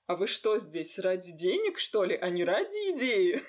А вы что здесь, ради денег, что ли, а не ради идеи?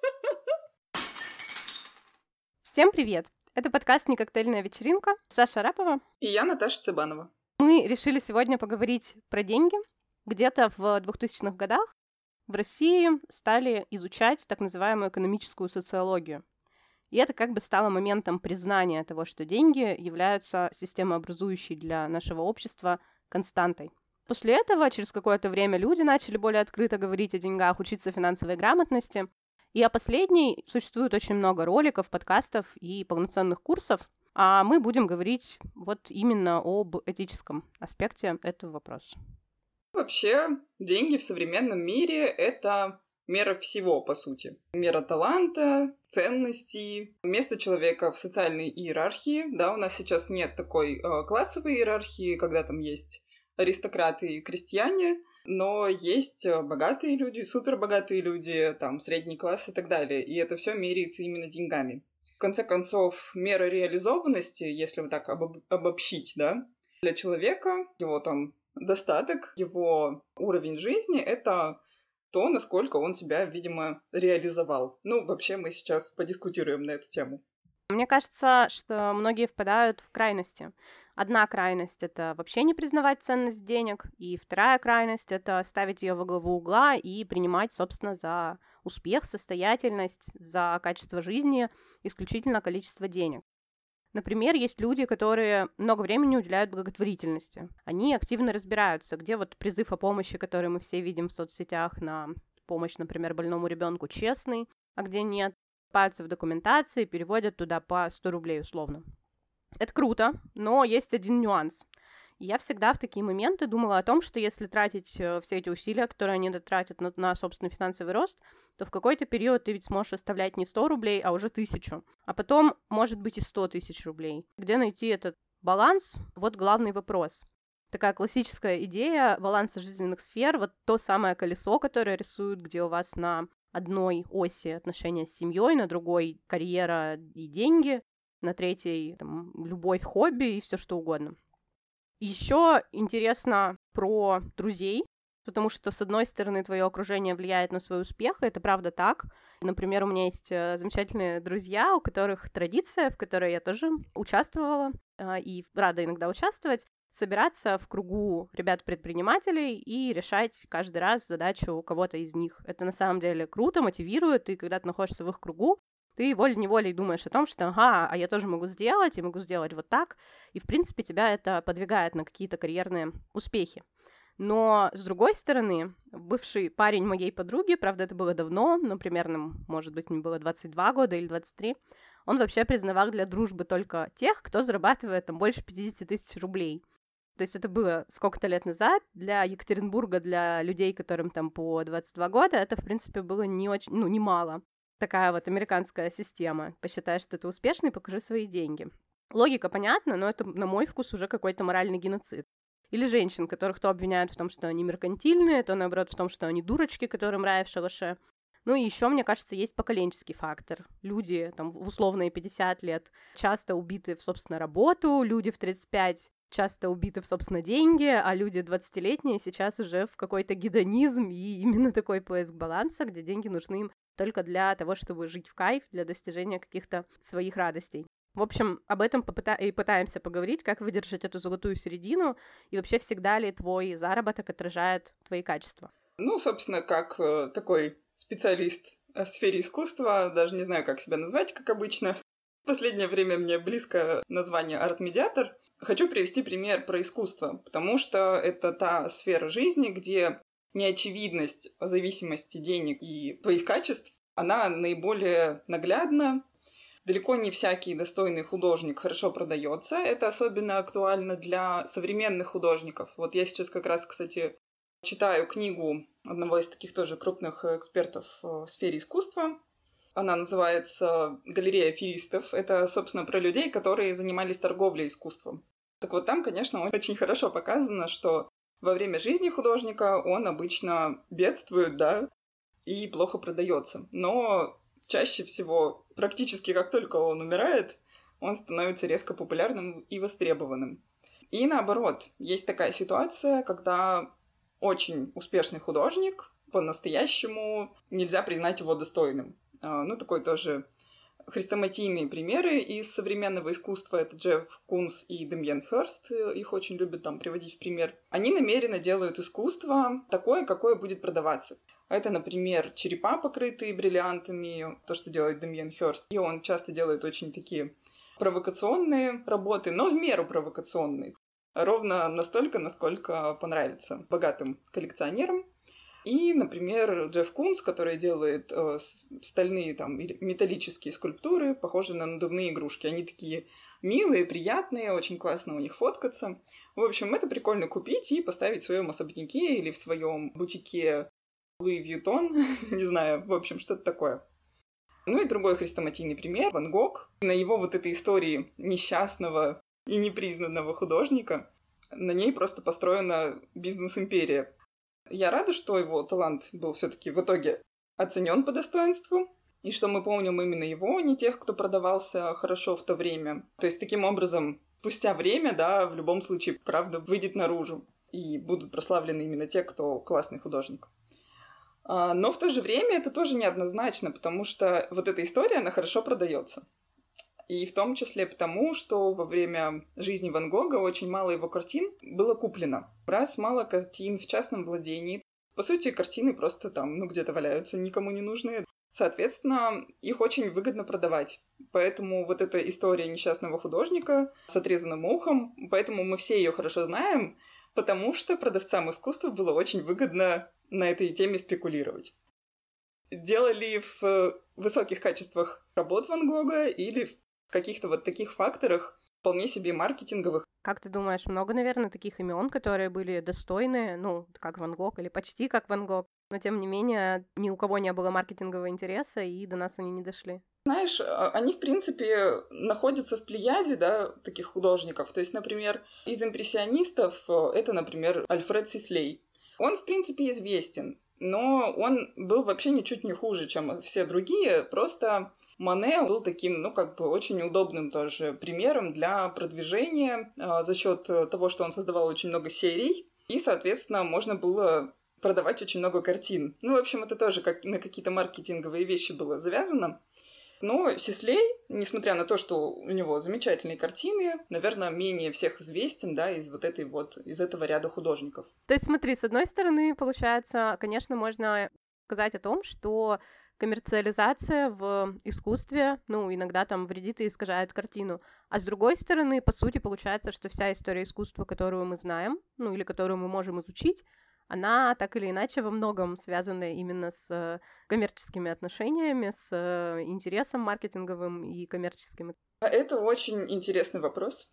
Всем привет! Это подкаст «Не коктейльная вечеринка». Саша Арапова. И я Наташа Цыбанова. Мы решили сегодня поговорить про деньги. Где-то в 2000-х годах в России стали изучать так называемую экономическую социологию. И это как бы стало моментом признания того, что деньги являются системообразующей для нашего общества константой. После этого, через какое-то время, люди начали более открыто говорить о деньгах, учиться финансовой грамотности. И о последней существует очень много роликов, подкастов и полноценных курсов, а мы будем говорить вот именно об этическом аспекте этого вопроса. Вообще, деньги в современном мире — это мера всего, по сути. Мера таланта, ценностей, место человека в социальной иерархии. Да, у нас сейчас нет такой классовой иерархии, когда там есть аристократы и крестьяне, но есть богатые люди, супербогатые люди, там, средний класс и так далее. И это все меряется именно деньгами. В конце концов, мера реализованности, если вот так обобщить, да, для человека, его там достаток, его уровень жизни — это то, насколько он себя, видимо, реализовал. Ну, вообще, мы сейчас подискутируем на эту тему. Мне кажется, что многие впадают в крайности. Одна крайность — это вообще не признавать ценность денег, и вторая крайность — это ставить ее во главу угла и принимать, собственно, за успех, состоятельность, за качество жизни исключительно количество денег. Например, есть люди, которые много времени уделяют благотворительности. Они активно разбираются, где вот призыв о помощи, который мы все видим в соцсетях на помощь, например, больному ребенку, честный, а где нет. Копаются в документации, переводят туда по 100 рублей условно. Это круто, но есть один нюанс. Я всегда в такие моменты думала о том, что если тратить все эти усилия, которые они тратят на собственный финансовый рост, то в какой-то период ты ведь сможешь оставлять не 100 рублей, а уже 1000. А потом, может быть, и 100 тысяч рублей. Где найти этот баланс? Вот главный вопрос. Такая классическая идея баланса жизненных сфер, вот то самое колесо, которое рисуют, где у вас на одной оси отношения с семьей, на другой карьера и деньги, на третьей там, любовь, хобби и все что угодно. Еще интересно про друзей, потому что, с одной стороны, твое окружение влияет на свой успех, и это правда так. Например, у меня есть замечательные друзья, у которых традиция, в которой я тоже участвовала и рада иногда участвовать, собираться в кругу ребят-предпринимателей и решать каждый раз задачу у кого-то из них. Это на самом деле круто, мотивирует, и когда ты находишься в их кругу, ты волей-неволей думаешь о том, что а я тоже могу сделать, и могу сделать вот так, и, в принципе, тебя это подвигает на какие-то карьерные успехи. Но, с другой стороны, бывший парень моей подруги, правда, это было давно, но примерно, может быть, мне было 22 года или 23, он вообще признавал для дружбы только тех, кто зарабатывает там больше 50 тысяч рублей. То есть это было сколько-то лет назад. Для Екатеринбурга, для людей, которым там по 22 года, это, в принципе, было не очень, немало. Такая вот американская система. Посчитай, что ты успешный, покажи свои деньги. Логика понятна, но это, на мой вкус, уже какой-то моральный геноцид. Или женщин, которых то обвиняют в том, что они меркантильные, то, наоборот, в том, что они дурочки, которым рай в шалаше. Ну и еще, мне кажется, есть поколенческий фактор. Люди там в условные 50 лет часто убиты в, собственно, работу, люди в 35 часто убиты в, собственно, деньги, а люди 20-летние сейчас уже в какой-то гедонизм и именно такой поиск баланса, где деньги нужны им только для того, чтобы жить в кайф, для достижения каких-то своих радостей. В общем, об этом и пытаемся поговорить, как выдержать эту золотую середину, и вообще всегда ли твой заработок отражает твои качества. Ну, собственно, как такой специалист в сфере искусства, даже не знаю, как себя назвать, как обычно. В последнее время мне близко название арт-медиатор. Хочу привести пример про искусство, потому что это та сфера жизни, где неочевидность зависимости денег и твоих качеств, она наиболее наглядна. Далеко не всякий достойный художник хорошо продается. Это особенно актуально для современных художников. Вот я сейчас как раз, кстати, читаю книгу одного из таких тоже крупных экспертов в сфере искусства. Она называется «Галерея аферистов». Это, собственно, про людей, которые занимались торговлей искусством. Так вот там, конечно, очень хорошо показано, что во время жизни художника он обычно бедствует, да, и плохо продается. Но чаще всего, практически как только он умирает, он становится резко популярным и востребованным. И наоборот, есть такая ситуация, когда очень успешный художник, по-настоящему нельзя признать его достойным. Такой тоже хрестоматийные примеры из современного искусства. Это Джефф Кунс и Демьен Хёрст. Их очень любят там приводить в пример. Они намеренно делают искусство такое, какое будет продаваться. Это, например, черепа, покрытые бриллиантами, то, что делает Демьен Хёрст. И он часто делает очень такие провокационные работы, но в меру провокационные. Ровно настолько, насколько понравится богатым коллекционерам. И, например, Джефф Кунс, который делает стальные там металлические скульптуры, похожие на надувные игрушки. Они такие милые, приятные, очень классно у них фоткаться. В общем, это прикольно купить и поставить в своем особняке или в своем бутике Луи Вьютон, не знаю, в общем, что-то такое. И другой хрестоматийный пример — Ван Гог. На его вот этой истории несчастного и непризнанного художника, на ней просто построена бизнес-империя. Я рада, что его талант был все-таки в итоге оценен по достоинству, и что мы помним именно его, а не тех, кто продавался хорошо в то время. То есть, таким образом, спустя время, да, в любом случае, правда выйдет наружу, и будут прославлены именно те, кто классный художник. Но в то же время это тоже неоднозначно, потому что вот эта история, она хорошо продается. И в том числе потому, что во время жизни Ван Гога очень мало его картин было куплено. Раз мало картин в частном владении, по сути, картины просто там, где-то валяются, никому не нужные. Соответственно, их очень выгодно продавать. Поэтому вот эта история несчастного художника с отрезанным ухом, поэтому мы все ее хорошо знаем, потому что продавцам искусства было очень выгодно на этой теме спекулировать. Дело ли в высоких качествах работ Ван Гога или в каких-то вот таких факторах, вполне себе маркетинговых. Как ты думаешь, много, наверное, таких имен, которые были достойны, как Ван Гог или почти как Ван Гог, но тем не менее ни у кого не было маркетингового интереса, и до нас они не дошли? Знаешь, они, в принципе, находятся в плеяде, да, таких художников. То есть, например, из импрессионистов это, например, Альфред Сислей. Он, в принципе, известен, но он был вообще ничуть не хуже, чем все другие, просто Мане был таким, очень удобным тоже примером для продвижения за счет того, что он создавал очень много серий, и, соответственно, можно было продавать очень много картин. В общем, это тоже как на какие-то маркетинговые вещи было завязано. Но Сислей, несмотря на то, что у него замечательные картины, наверное, менее всех известен, да, из этого ряда художников. То есть, смотри, с одной стороны, получается, конечно, можно сказать о том, что коммерциализация в искусстве, иногда там вредит и искажает картину. А с другой стороны, по сути, получается, что вся история искусства, которую мы знаем, или которую мы можем изучить, она так или иначе во многом связана именно с коммерческими отношениями, с интересом маркетинговым и коммерческим. Это очень интересный вопрос.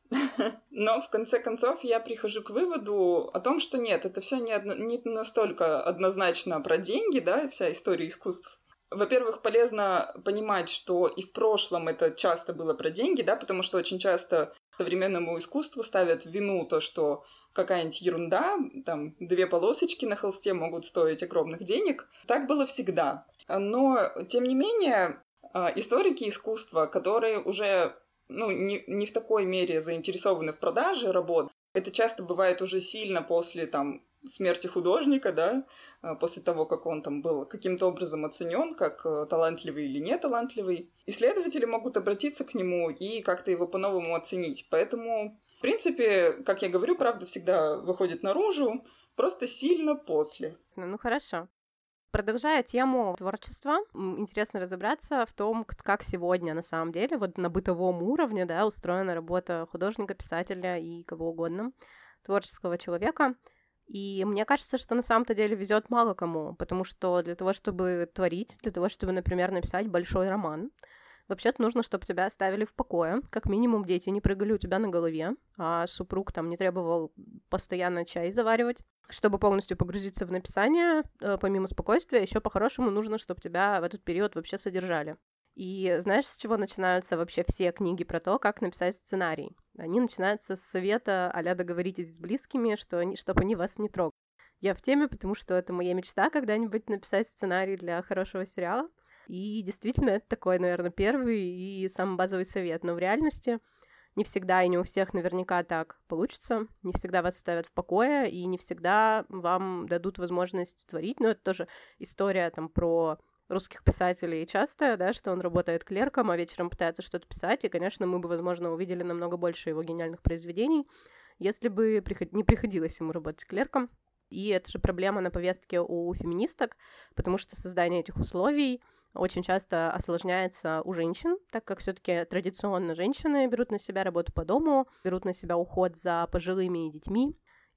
Но в конце концов я прихожу к выводу о том, что нет, это все не настолько однозначно про деньги, да, вся история искусств. Во-первых, полезно понимать, что и в прошлом это часто было про деньги, да, потому что очень часто современному искусству ставят в вину то, что какая-нибудь ерунда, там 2 полосочки на холсте могут стоить огромных денег. Так было всегда. Но, тем не менее, историки искусства, которые уже не в такой мере заинтересованы в продаже работ, это часто бывает уже сильно после смерти художника, да, после того, как он был каким-то образом оценен, как талантливый или неталантливый. Исследователи могут обратиться к нему и как-то его по-новому оценить. Поэтому, в принципе, как я говорю, правда всегда выходит наружу, просто сильно после. Хорошо. Продолжая тему творчества, интересно разобраться в том, как сегодня на самом деле, на бытовом уровне, да, устроена работа художника, писателя и кого угодно, творческого человека. И мне кажется, что на самом-то деле везет мало кому, потому что для того, чтобы творить, для того, чтобы, например, написать большой роман, вообще-то нужно, чтобы тебя оставили в покое, как минимум дети не прыгали у тебя на голове, а супруг не требовал постоянно чай заваривать. Чтобы полностью погрузиться в написание, помимо спокойствия, еще по-хорошему нужно, чтобы тебя в этот период вообще содержали. И знаешь, с чего начинаются вообще все книги про то, как написать сценарий? Они начинаются с совета а-ля договоритесь с близкими, чтобы они вас не трогали. Я в теме, потому что это моя мечта когда-нибудь написать сценарий для хорошего сериала. И действительно, это такой, наверное, первый и самый базовый совет. Но в реальности Не всегда и не у всех наверняка так получится, не всегда вас оставят в покое, и не всегда вам дадут возможность творить. Но это тоже история там про русских писателей часто, да, что он работает клерком, а вечером пытается что-то писать, и, конечно, мы бы, возможно, увидели намного больше его гениальных произведений, если бы не приходилось ему работать клерком. И это же проблема на повестке у феминисток, потому что создание этих условий очень часто осложняется у женщин, так как все-таки традиционно женщины берут на себя работу по дому, берут на себя уход за пожилыми и детьми,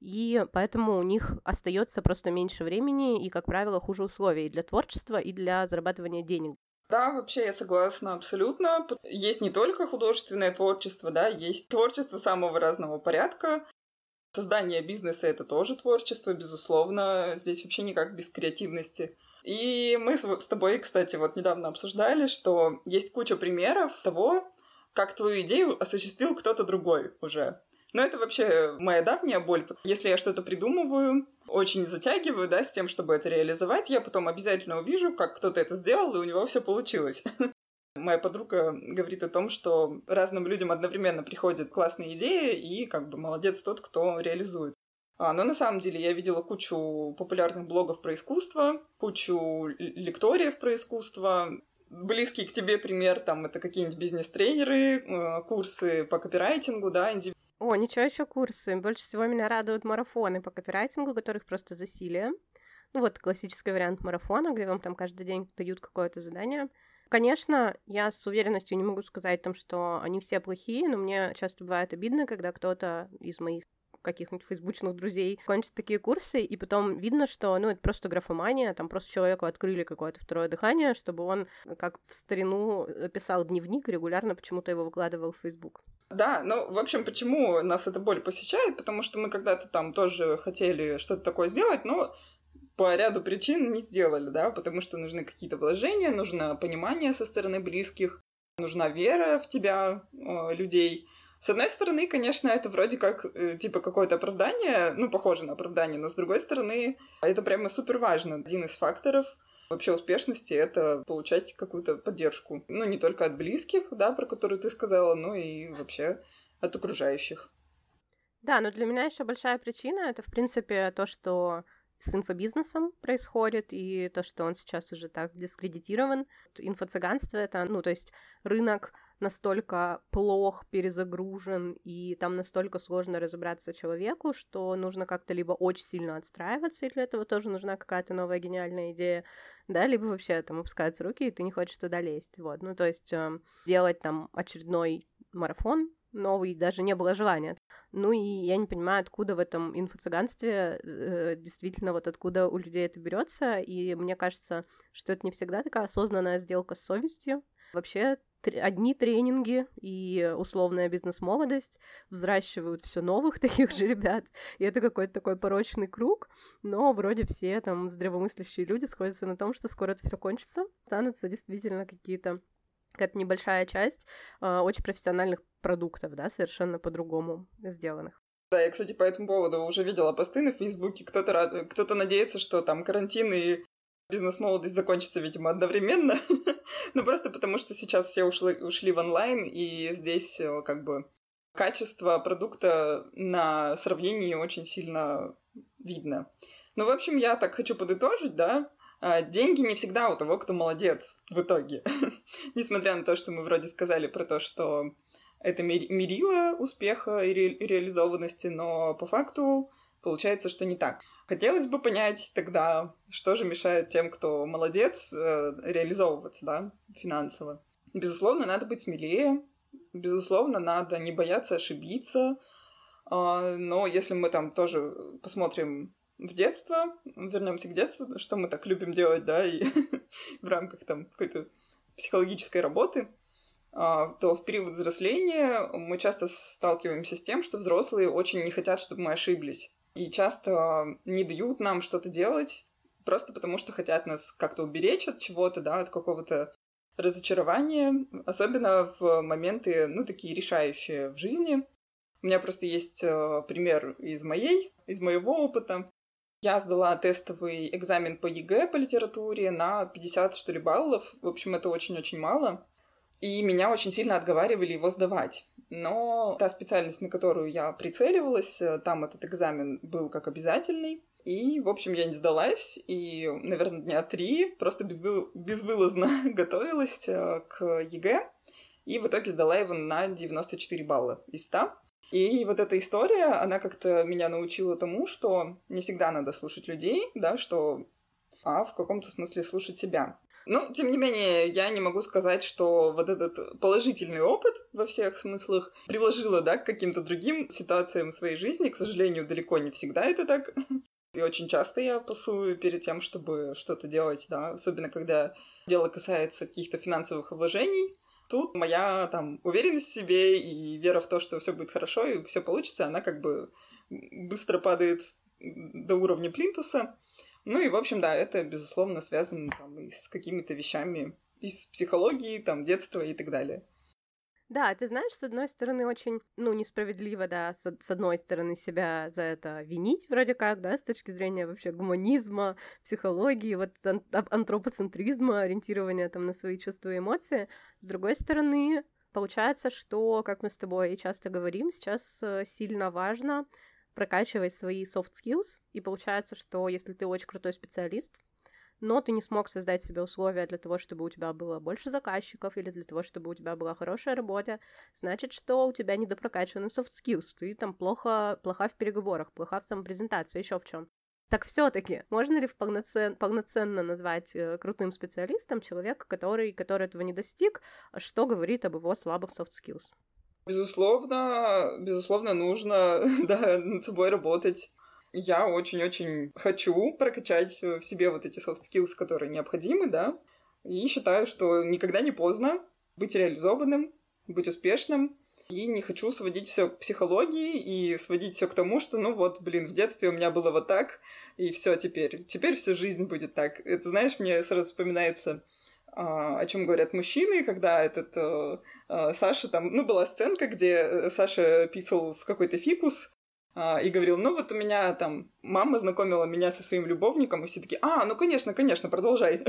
и поэтому у них остается просто меньше времени и, как правило, хуже условий и для творчества, и для зарабатывания денег. Да, вообще я согласна абсолютно. Есть не только художественное творчество, да, есть творчество самого разного порядка. Создание бизнеса — это тоже творчество, безусловно. Здесь вообще никак без креативности. И мы с тобой, кстати, вот недавно обсуждали, что есть куча примеров того, как твою идею осуществил кто-то другой уже. Но это вообще моя давняя боль. Если я что-то придумываю, очень затягиваю, да, с тем, чтобы это реализовать, я потом обязательно увижу, как кто-то это сделал, и у него все получилось. Моя подруга говорит о том, что разным людям одновременно приходят классные идеи, и как бы молодец тот, кто реализует. Но на самом деле я видела кучу популярных блогов про искусство, кучу лекториев про искусство. Близкий к тебе пример, там, это какие-нибудь бизнес-тренеры, курсы по копирайтингу, да, О, ничего еще курсы. Больше всего меня радуют марафоны по копирайтингу, которых просто засилие. Ну вот классический вариант марафона, где вам там каждый день дают какое-то задание. Конечно, я с уверенностью не могу сказать там, что они все плохие, но мне часто бывает обидно, когда кто-то из моих каких-нибудь фейсбучных друзей кончит такие курсы, и потом видно, что, ну, это просто графомания, там просто человеку открыли какое-то второе дыхание, чтобы он, как в старину, писал дневник и регулярно почему-то его выкладывал в Facebook. Да, ну, в общем, почему нас эта боль посещает? Потому что мы когда-то там тоже хотели что-то такое сделать, но по ряду причин не сделали, да, потому что нужны какие-то вложения, нужно понимание со стороны близких, нужна вера в тебя, людей. С одной стороны, конечно, это вроде как, типа, какое-то оправдание, ну, похоже на оправдание, но с другой стороны, это прямо супер важно. Один из факторов вообще успешности — это получать какую-то поддержку. Ну, не только от близких, да, про которые ты сказала, но и вообще от окружающих. Да, но для меня еще большая причина — это, в принципе, то, что с инфобизнесом происходит, и то, что он сейчас уже так дискредитирован. Инфо-цыганство — это, ну, то есть рынок настолько плох, перезагружен, и там настолько сложно разобраться человеку, что нужно как-то либо очень сильно отстраиваться, и для этого тоже нужна какая-то новая гениальная идея, да, либо вообще там опускаются руки, и ты не хочешь туда лезть, вот. Ну, то есть делать там очередной марафон новый даже не было желания. Ну и я не понимаю, откуда в этом инфо-цыганстве действительно вот откуда у людей это берется, и мне кажется, что это не всегда такая осознанная сделка с совестью. Вообще одни тренинги и условная бизнес-молодость взращивают все новых таких же ребят, и это какой-то такой порочный круг, но вроде все там здравомыслящие люди сходятся на том, что скоро это все кончится, останутся действительно какая-то небольшая часть очень профессиональных продуктов, да, совершенно по-другому сделанных. Да, я, кстати, по этому поводу уже видела посты на Фейсбуке. Кто-то надеется, что там карантин и бизнес-молодость закончатся, видимо, одновременно. Ну, просто потому что сейчас все ушли в онлайн, и здесь как бы качество продукта на сравнении очень сильно видно. Ну, в общем, я так хочу подытожить, да, деньги не всегда у того, кто молодец в итоге. Несмотря на то, что мы вроде сказали про то, что это мерило успеха и реализованности, но по факту получается, что не так. Хотелось бы понять тогда, что же мешает тем, кто молодец, реализовываться, да, финансово. Безусловно, надо быть смелее, безусловно, надо не бояться ошибиться, но если мы там тоже посмотрим в детство, вернемся к детству, что мы так любим делать, да, и в рамках там какой-то психологической работы, то в период взросления мы часто сталкиваемся с тем, что взрослые очень не хотят, чтобы мы ошиблись. И часто не дают нам что-то делать, просто потому что хотят нас как-то уберечь от чего-то, да, от какого-то разочарования, особенно в моменты, ну, такие решающие в жизни. У меня просто есть пример из моего опыта. Я сдала тестовый экзамен по ЕГЭ по литературе на 50, что ли, баллов. В общем, это очень-очень мало. И меня очень сильно отговаривали его сдавать. но та специальность, на которую я прицеливалась, там этот экзамен был как обязательный. И, в общем, я не сдалась, и, наверное, дня 3 просто безвылазно готовилась к ЕГЭ, и в итоге сдала его на 94 балла из 100. И вот эта история, она как-то меня научила тому, что не всегда надо слушать людей, да, а в каком-то смысле слушать себя. Но, тем не менее, я не могу сказать, что вот этот положительный опыт во всех смыслах приложила, да, к каким-то другим ситуациям в своей жизни. К сожалению, далеко не всегда это так. И очень часто я пасую перед тем, чтобы что-то делать, да, особенно когда дело касается каких-то финансовых вложений. Тут моя там уверенность в себе и вера в то, что все будет хорошо и все получится, она как бы быстро падает до уровня плинтуса. Ну и, в общем, да, это, безусловно, связано там и с какими-то вещами из психологии, там, детства и так далее. Да, ты знаешь, с одной стороны, очень, несправедливо, да, с одной стороны себя за это винить, вроде как, да, с точки зрения вообще гуманизма, психологии, вот антропоцентризма, ориентирования там на свои чувства и эмоции. С другой стороны, получается, что, как мы с тобой часто говорим, сейчас сильно важно прокачивать свои soft skills, и получается, что если ты очень крутой специалист, но ты не смог создать себе условия для того, чтобы у тебя было больше заказчиков или для того, чтобы у тебя была хорошая работа, значит, что у тебя недопрокачаны soft skills, ты там плоха в переговорах, плоха в самопрезентации, еще в чем. Так все-таки можно ли полноценно назвать крутым специалистом человека, который этого не достиг, что говорит об его слабых soft skills? Безусловно, нужно, да, над собой работать. Я очень-очень хочу прокачать в себе вот эти soft skills, которые необходимы, да, и считаю, что никогда не поздно быть реализованным, быть успешным, и не хочу сводить все к психологии и сводить все к тому, что, в детстве у меня было вот так, и все теперь всю жизнь будет так. Это, знаешь, мне сразу вспоминается, о чем говорят мужчины, когда Саша, там, была сценка, где Саша писал в какой-то фикус, и говорил, у меня там мама знакомила меня со своим любовником, и все такие, конечно, продолжай.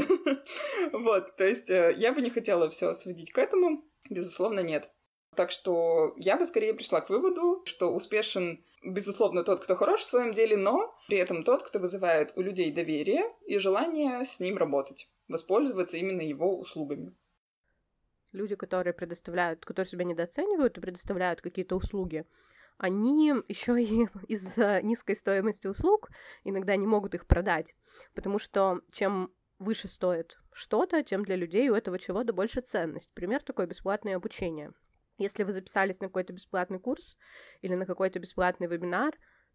Вот, то есть я бы не хотела все сводить к этому, безусловно, нет. Так что я бы скорее пришла к выводу, что успешен, безусловно, тот, кто хорош в своем деле, но при этом тот, кто вызывает у людей доверие и желание с ним работать, воспользоваться именно его услугами. Люди, которые себя недооценивают и предоставляют какие-то услуги, они еще и из-за низкой стоимости услуг иногда не могут их продать, потому что чем выше стоит что-то, тем для людей у этого чего-то больше ценность. Пример такой — бесплатное обучение. Если вы записались на какой-то бесплатный курс или на какой-то бесплатный вебинар,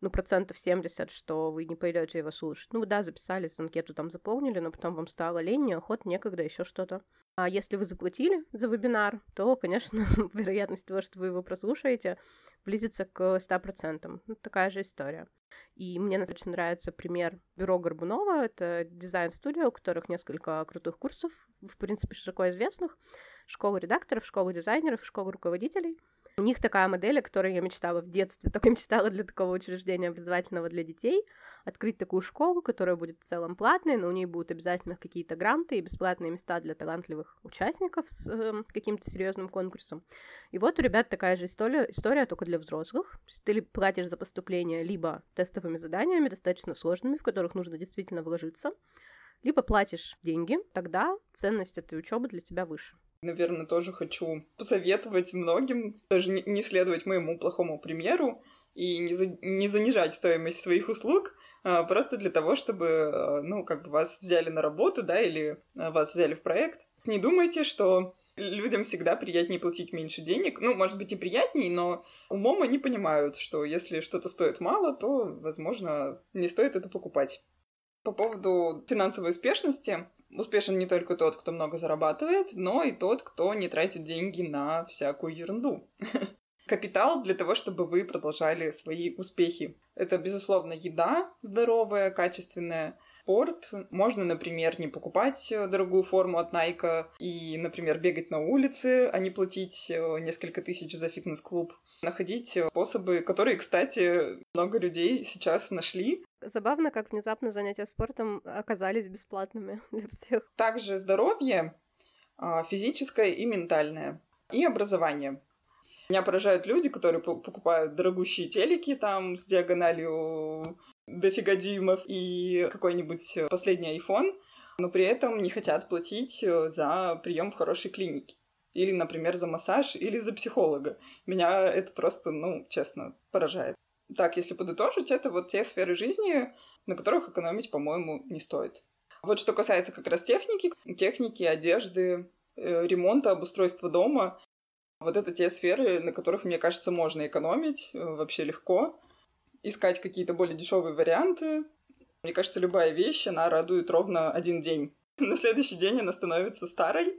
70%, что вы не пойдете его слушать. Вы, да, записались, анкету там заполнили, но потом вам стало лень, неохота, некогда, еще что-то. А если вы заплатили за вебинар, то, конечно, вероятность того, что вы его прослушаете, близится к 100%. Такая же история. И мне очень нравится пример бюро Горбунова. Это дизайн-студия, у которых несколько крутых курсов, в принципе, широко известных. Школа редакторов, школа дизайнеров, школа руководителей. У них такая модель, о которой я мечтала в детстве, только мечтала для такого учреждения образовательного для детей, открыть такую школу, которая будет в целом платной, но у нее будут обязательно какие-то гранты и бесплатные места для талантливых участников с каким-то серьезным конкурсом. И вот у ребят такая же история, только для взрослых. Ты платишь за поступление либо тестовыми заданиями, достаточно сложными, в которых нужно действительно вложиться, либо платишь деньги, тогда ценность этой учебы для тебя выше. Наверное, тоже хочу посоветовать многим даже не следовать моему плохому примеру и не занижать стоимость своих услуг просто для того, чтобы, вас взяли на работу, да, или вас взяли в проект. Не думайте, что людям всегда приятнее платить меньше денег. Может быть и приятнее, но умом они понимают, что если что-то стоит мало, то, возможно, не стоит это покупать. По поводу финансовой успешности. Успешен не только тот, кто много зарабатывает, но и тот, кто не тратит деньги на всякую ерунду. Капитал для того, чтобы вы продолжали свои успехи. Это, безусловно, еда здоровая, качественная, спорт. Можно, например, не покупать дорогую форму от Nike и, например, бегать на улице, а не платить несколько тысяч за фитнес-клуб. Находить способы, которые, кстати, много людей сейчас нашли. Забавно, как внезапно занятия спортом оказались бесплатными для всех. Также здоровье, физическое и ментальное, и образование. Меня поражают люди, которые покупают дорогущие телеки там с диагональю дофига дюймов и какой-нибудь последний iPhone, но при этом не хотят платить за прием в хорошей клинике. Или, например, за массаж, или за психолога. Меня это просто, честно, поражает. Так, если подытожить, это вот те сферы жизни, на которых экономить, по-моему, не стоит. Вот что касается как раз техники, одежды, ремонта, обустройства дома, вот это те сферы, на которых, мне кажется, можно экономить вообще легко, искать какие-то более дешевые варианты. Мне кажется, любая вещь, она радует ровно один день. На следующий день она становится старой,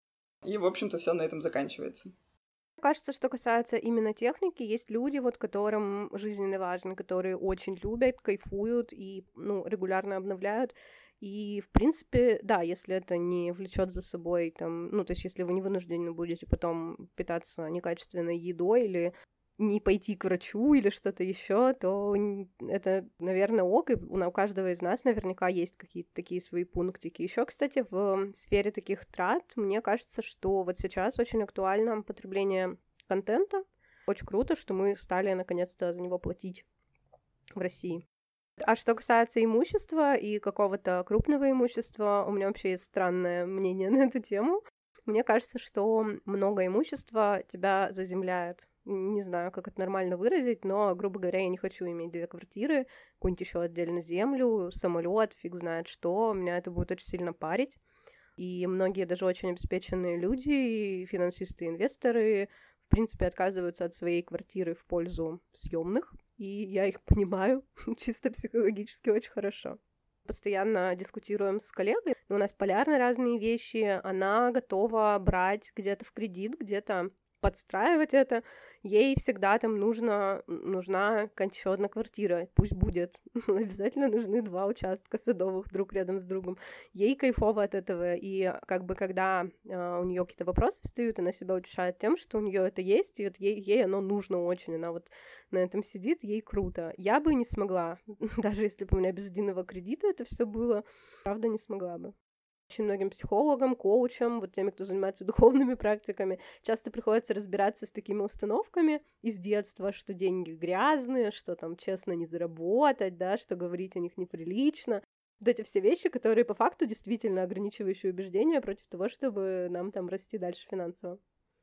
и, в общем-то, все на этом заканчивается. Мне кажется, что касается именно техники, есть люди, вот которым жизненно важно, которые очень любят, кайфуют и, регулярно обновляют. И, в принципе, да, если это не влечет за собой, то есть если вы не вынуждены будете потом питаться некачественной едой или не пойти к врачу или что-то еще, то это, наверное, ок, и у каждого из нас наверняка есть какие-то такие свои пунктики. Еще, кстати, в сфере таких трат, мне кажется, что вот сейчас очень актуально потребление контента. Очень круто, что мы стали наконец-то за него платить в России. А что касается имущества и какого-то крупного имущества, у меня вообще есть странное мнение на эту тему. Мне кажется, что много имущества тебя заземляет. Не знаю, как это нормально выразить, но, грубо говоря, я не хочу иметь 2 квартиры, какую-нибудь еще отдельно землю, самолет, фиг знает что. Меня это будет очень сильно парить. И многие даже очень обеспеченные люди, финансисты, инвесторы, в принципе, отказываются от своей квартиры в пользу съемных. И я их понимаю чисто психологически очень хорошо. Постоянно дискутируем с коллегой. У нас полярно разные вещи. Она готова брать где-то в кредит, где-то подстраивать это. Ей всегда там нужна какая-нибудь еще одна квартира. Пусть будет. Обязательно нужны 2 участка садовых друг рядом с другом. Ей кайфово от этого. И как бы когда у нее какие-то вопросы встают, она себя утешает тем, что у нее это есть, и вот ей оно нужно очень. Она вот на этом сидит, ей круто. Я бы не смогла, даже если бы у меня без единого кредита это все было, правда, не смогла бы. Очень многим психологам, коучам, вот теми, кто занимается духовными практиками, часто приходится разбираться с такими установками из детства, что деньги грязные, что там честно не заработать, да, что говорить о них неприлично. Вот эти все вещи, которые по факту действительно ограничивающие убеждения против того, чтобы нам там расти дальше финансово.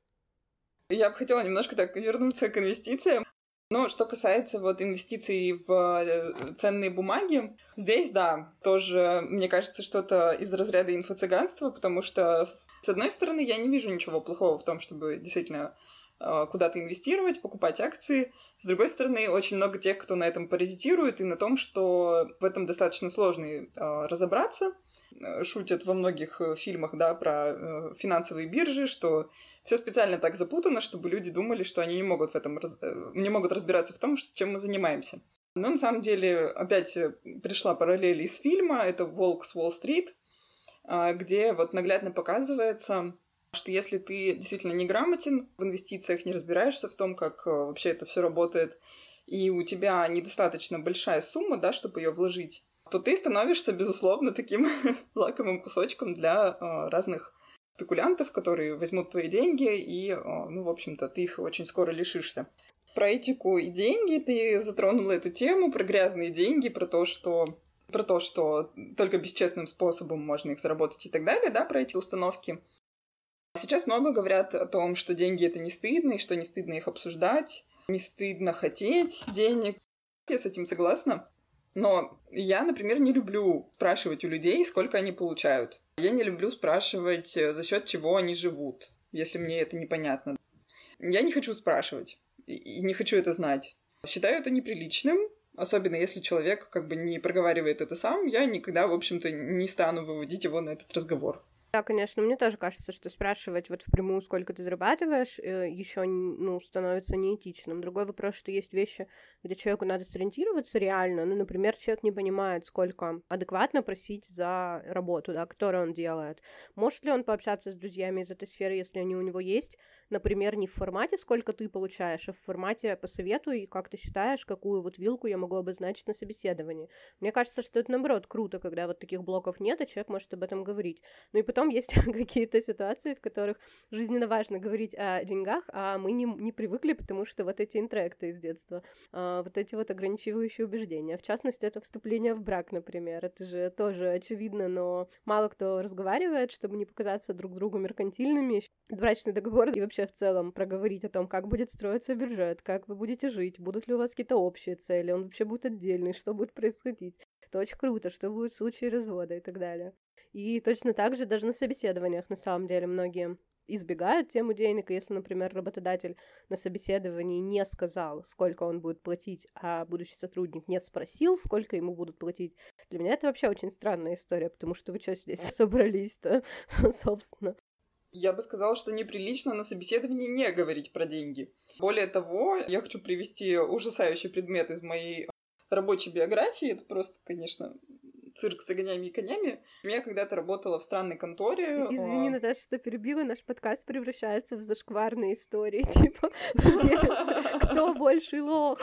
Я бы хотела немножко так вернуться к инвестициям. Но что касается вот инвестиций в ценные бумаги, здесь, да, тоже, мне кажется, что-то из разряда инфо-цыганства, потому что, с одной стороны, я не вижу ничего плохого в том, чтобы действительно куда-то инвестировать, покупать акции. С другой стороны, очень много тех, кто на этом паразитирует, и на том, что в этом достаточно сложно разобраться. Шутят во многих фильмах, да, про финансовые биржи, что все специально так запутано, чтобы люди думали, что они не могут разбираться в том, чем мы занимаемся. Но на самом деле опять пришла параллель из фильма, это «Волк с Уолл-стрит», где вот наглядно показывается, что если ты действительно не грамотен в инвестициях, не разбираешься в том, как вообще это все работает, и у тебя недостаточно большая сумма, да, чтобы ее вложить, то ты становишься, безусловно, таким лакомым кусочком для разных спекулянтов, которые возьмут твои деньги, и, в общем-то, ты их очень скоро лишишься. Про этику и деньги ты затронула эту тему, про грязные деньги, про то, что только бесчестным способом можно их заработать и так далее, да, про эти установки. Сейчас много говорят о том, что деньги — это не стыдно, и что не стыдно их обсуждать, не стыдно хотеть денег. Я с этим согласна. Но я, например, не люблю спрашивать у людей, сколько они получают. Я не люблю спрашивать, за счет чего они живут, если мне это непонятно. Я не хочу спрашивать и не хочу это знать. Считаю это неприличным, особенно если человек как бы не проговаривает это сам. Я никогда, в общем-то, не стану выводить его на этот разговор. Да, конечно, мне тоже кажется, что спрашивать вот впрямую, сколько ты зарабатываешь, еще становится неэтичным. Другой вопрос, что есть вещи, где человеку надо сориентироваться реально. Например, человек не понимает, сколько адекватно просить за работу, да, которую он делает. Может ли он пообщаться с друзьями из этой сферы, если они у него есть? Например, не в формате, сколько ты получаешь, а в формате посоветуй, как ты считаешь, какую вот вилку я могу обозначить на собеседовании. Мне кажется, что это, наоборот, круто, когда вот таких блоков нет, и человек может об этом говорить. Ну и потом потом есть какие-то ситуации, в которых жизненно важно говорить о деньгах, а мы не привыкли, потому что вот эти интроекты из детства, вот эти вот ограничивающие убеждения. В частности, это вступление в брак, например. Это же тоже очевидно, но мало кто разговаривает, чтобы не показаться друг другу меркантильными. Брачный договор и вообще в целом проговорить о том, как будет строиться бюджет, как вы будете жить, будут ли у вас какие-то общие цели, он вообще будет отдельный, что будет происходить. Это очень круто, что будет в случае развода и так далее. И точно так же даже на собеседованиях, на самом деле, многие избегают тему денег, и если, например, работодатель на собеседовании не сказал, сколько он будет платить, а будущий сотрудник не спросил, сколько ему будут платить, для меня это вообще очень странная история, потому что вы что здесь собрались-то, собственно. Я бы сказала, что неприлично на собеседовании не говорить про деньги. Более того, я хочу привести ужасающий предмет из моей рабочей биографии. Это просто, конечно, цирк с огнями и конями. Я когда-то работала в странной конторе. Извини, Наташа, что перебила. Наш подкаст превращается в зашкварные истории. Типа, кто больший лох?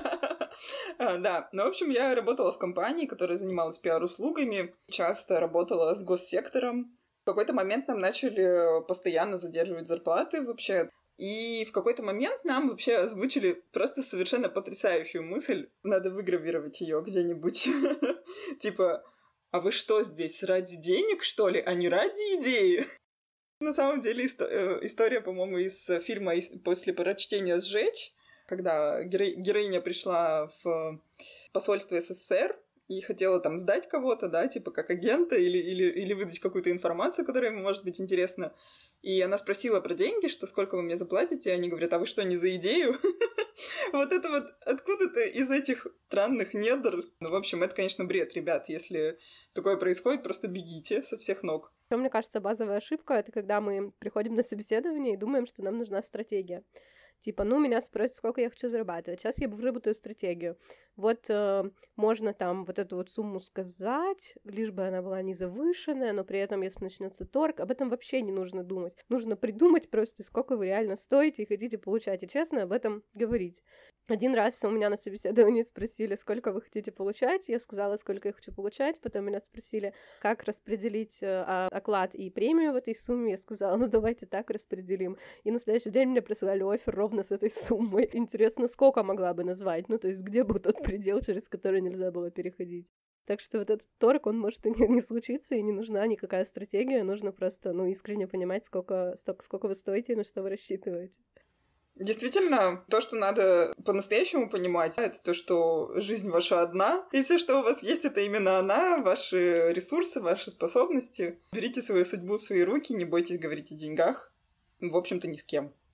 Да, ну, в общем, я работала в компании, которая занималась пиар-услугами. Часто работала с госсектором. В какой-то момент нам начали постоянно задерживать зарплаты вообще. И в какой-то момент нам вообще озвучили просто совершенно потрясающую мысль. Надо выгравировать ее где-нибудь. Типа, а вы что здесь, ради денег, что ли, а не ради идеи? На самом деле история, по-моему, из фильма «После прочтения сжечь», когда героиня пришла в посольство СССР и хотела там сдать кого-то, да, типа как агента или выдать какую-то информацию, которая ему может быть интересна. И она спросила про деньги, что сколько вы мне заплатите, и они говорят, а вы что, не за идею? Вот это вот откуда-то из этих странных недр. Ну, в общем, это, конечно, бред, ребят. Если такое происходит, просто бегите со всех ног. Мне кажется, базовая ошибка — это когда мы приходим на собеседование и думаем, что нам нужна стратегия. Типа, меня спросят, сколько я хочу зарабатывать. Сейчас я выработаю стратегию. Вот можно там вот эту вот сумму сказать, лишь бы она была не завышенная, но при этом, если начнется торг, об этом вообще не нужно думать. Нужно придумать просто, сколько вы реально стоите и хотите получать, и честно об этом говорить. Один раз у меня на собеседовании спросили, сколько вы хотите получать. Я сказала, сколько я хочу получать. Потом меня спросили, как распределить оклад и премию в этой сумме. Я сказала, давайте так распределим. И на следующий день мне прислали оффер ровно с этой суммой. Интересно, сколько могла бы назвать? То есть где был тот предел, через который нельзя было переходить? Так что вот этот торг, он может и не случиться, и не нужна никакая стратегия. Нужно просто, искренне понимать, сколько вы стоите и на что вы рассчитываете. Действительно, то, что надо по-настоящему понимать, это то, что жизнь ваша одна, и все, что у вас есть, это именно она, ваши ресурсы, ваши способности. Берите свою судьбу в свои руки, не бойтесь говорить о деньгах. В общем-то, ни с кем.